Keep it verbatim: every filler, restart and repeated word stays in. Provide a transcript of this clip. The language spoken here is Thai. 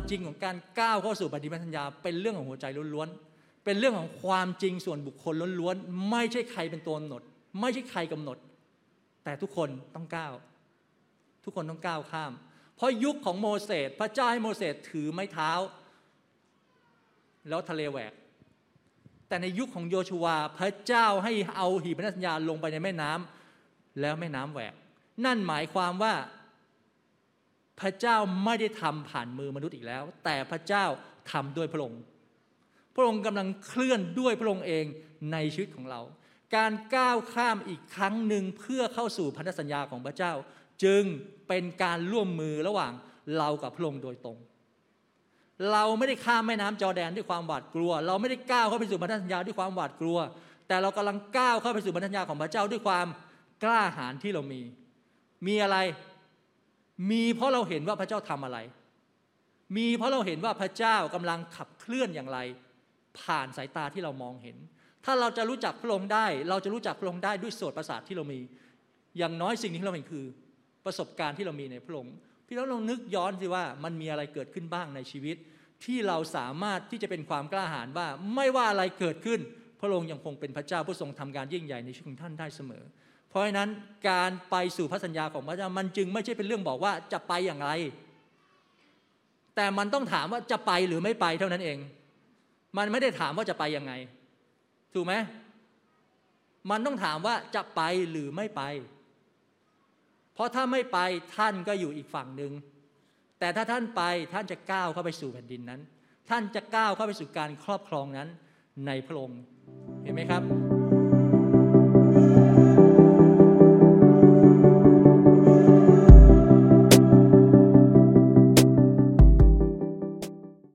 จริงของการก้าวเข้าสู่แผ่นดินสัญญาเป็นเรื่องของหัวใจล้วนๆเป็นเรื่องของความจริงส่วนบุคคลล้วนๆไม่ใช่ใครเป็นตัวกำหนดไม่ใช่ใครกำหนดแต่ทุกคนต้องก้าวทุกคนต้องก้าวข้ามเพราะยุคของโมเสสพระเจ้าให้โมเสสถือไม้เท้าแล้วทะเลแหวกแต่ในยุคของโยชูวาพระเจ้าให้เอาหีบพันธสัญญาลงไปในแม่น้ำแล้วแม่น้ำแหวกนั่นหมายความว่าพระเจ้าไม่ได้ทำผ่านมือมนุษย์อีกแล้วแต่พระเจ้าทำด้วยพระองค์พระองค์กำลังเคลื่อนด้วยพระองค์เองในชีวิตของเราการก้าวข้ามอีกครั้งหนึ่งเพื่อเข้าสู่พันธสัญญาของพระเจ้าจึงเป็นการร่วมมือระหว่างเรากับพระองค์โดยตรงเราไม่ได้ข้ามแม่น้ำจอร์แดนด้วยความหวาดกลัวเราไม่ได้ก้าวเข้าไปสู่พันธสัญญาด้วยความหวาดกลัวแต่เรากำลังก้าวเข้าไปสู่พันธสัญญาของพระเจ้าด้วยความกล้าหาญที่เรามีมีอะไรมีเพราะเราเห็นว่าพระเจ้าทำอะไรมีเพราะเราเห็นว่าพระเจ้ากำลังขับเคลื่อนอย่างไรผ่านสายตาที่เรามองเห็นถ้าเราจะรู้จักพระองค์ได้เราจะรู้จักพระองค์ได้ด้วยโสตประสาทที่เรามีอย่างน้อยสิ่งที่เราเห็นคือประสบการณ์ที่เรามีในพระองค์พี่น้องลองนึกย้อนสิว่ามันมีอะไรเกิดขึ้นบ้างในชีวิตที่เราสามารถที่จะเป็นความกล้าหาญว่าไม่ว่าอะไรเกิดขึ้นพระองค์ยังคงเป็นพระเจ้าผู้ทรงทำการยิ่งใหญ่ในชีวิตของท่านได้เสมอเพราะฉะนั้นการไปสู่พระสัญญาของพระเจ้ามันจึงไม่ใช่เป็นเรื่องบอกว่าจะไปอย่างไรแต่มันต้องถามว่าจะไปหรือไม่ไปเท่านั้นเองมันไม่ได้ถามว่าจะไปยังไงถูกไหมมันต้องถามว่าจะไปหรือไม่ไปเพราะถ้าไม่ไปท่านก็อยู่อีกฝั่งหนึ่งแต่ถ้าท่านไปท่านจะก้าวเข้าไปสู่แผ่นดินนั้นท่านจะก้าวเข้าไปสู่การครอบครองนั้นในพระองค์เห็นไหมครับ